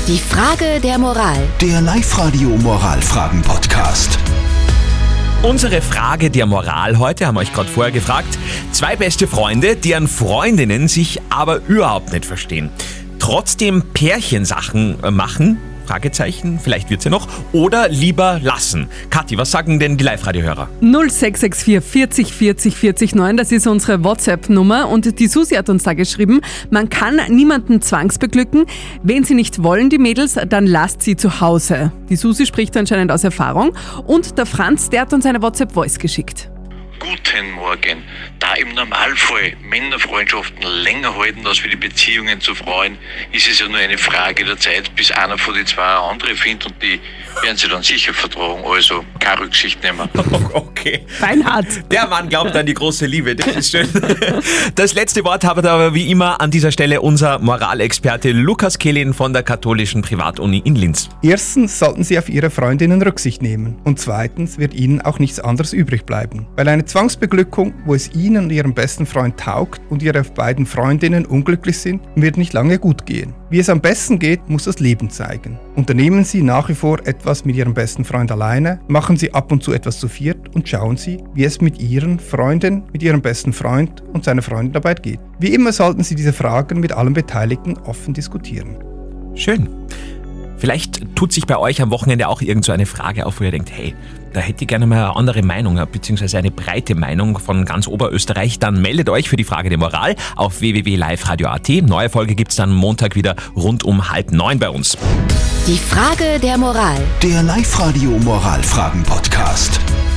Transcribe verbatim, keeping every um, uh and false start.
Die Frage der Moral. Der Live-Radio-Moralfragen-Podcast. Unsere Frage der Moral heute, haben wir euch gerade vorher gefragt. Zwei beste Freunde, deren Freundinnen sich aber überhaupt nicht verstehen. Trotzdem Pärchensachen machen, Fragezeichen, vielleicht wird's ja noch, oder lieber lassen. Kathi, was sagen denn die Live-Radio-Hörer? null sechs sechs vier vierzig vierzig vierzig neun, das ist unsere WhatsApp-Nummer und die Susi hat uns da geschrieben, man kann niemanden zwangsbeglücken. Wenn sie nicht wollen, die Mädels, dann lasst sie zu Hause. Die Susi spricht anscheinend aus Erfahrung und der Franz, der hat uns eine WhatsApp-Voice geschickt. Guten Morgen. Da im Normalfall Männerfreundschaften länger halten als für die Beziehungen zu Frauen, ist es ja nur eine Frage der Zeit, bis einer von den zwei eine andere findet und die werden sie dann sicher vertragen. Also keine Rücksicht nehmen. Okay. Beinhard. Der Mann glaubt an die große Liebe, das ist schön. Das letzte Wort hat aber wie immer an dieser Stelle unser Moralexperte Lukas Kehlin von der katholischen Privatuni in Linz. Erstens sollten Sie auf Ihre Freundinnen Rücksicht nehmen und zweitens wird Ihnen auch nichts anderes übrig bleiben. Weil eine Zwangsbeglückung, wo es Ihnen und Ihrem besten Freund taugt und Ihre beiden Freundinnen unglücklich sind, wird nicht lange gut gehen. Wie es am besten geht, muss das Leben zeigen. Unternehmen Sie nach wie vor etwas mit Ihrem besten Freund alleine, machen Sie ab und zu etwas zu viert und schauen Sie, wie es mit Ihren Freunden, mit Ihrem besten Freund und seiner Freundin dabei geht. Wie immer sollten Sie diese Fragen mit allen Beteiligten offen diskutieren. Schön. Vielleicht tut sich bei euch am Wochenende auch irgend so eine Frage auf, wo ihr denkt, hey, da hätte ich gerne mal eine andere Meinung, beziehungsweise eine breite Meinung von ganz Oberösterreich. Dann meldet euch für die Frage der Moral auf w w w punkt live radio punkt a t. Neue Folge gibt's dann Montag wieder rund um halb neun bei uns. Die Frage der Moral. Der Live-Radio-Moralfragen-Podcast.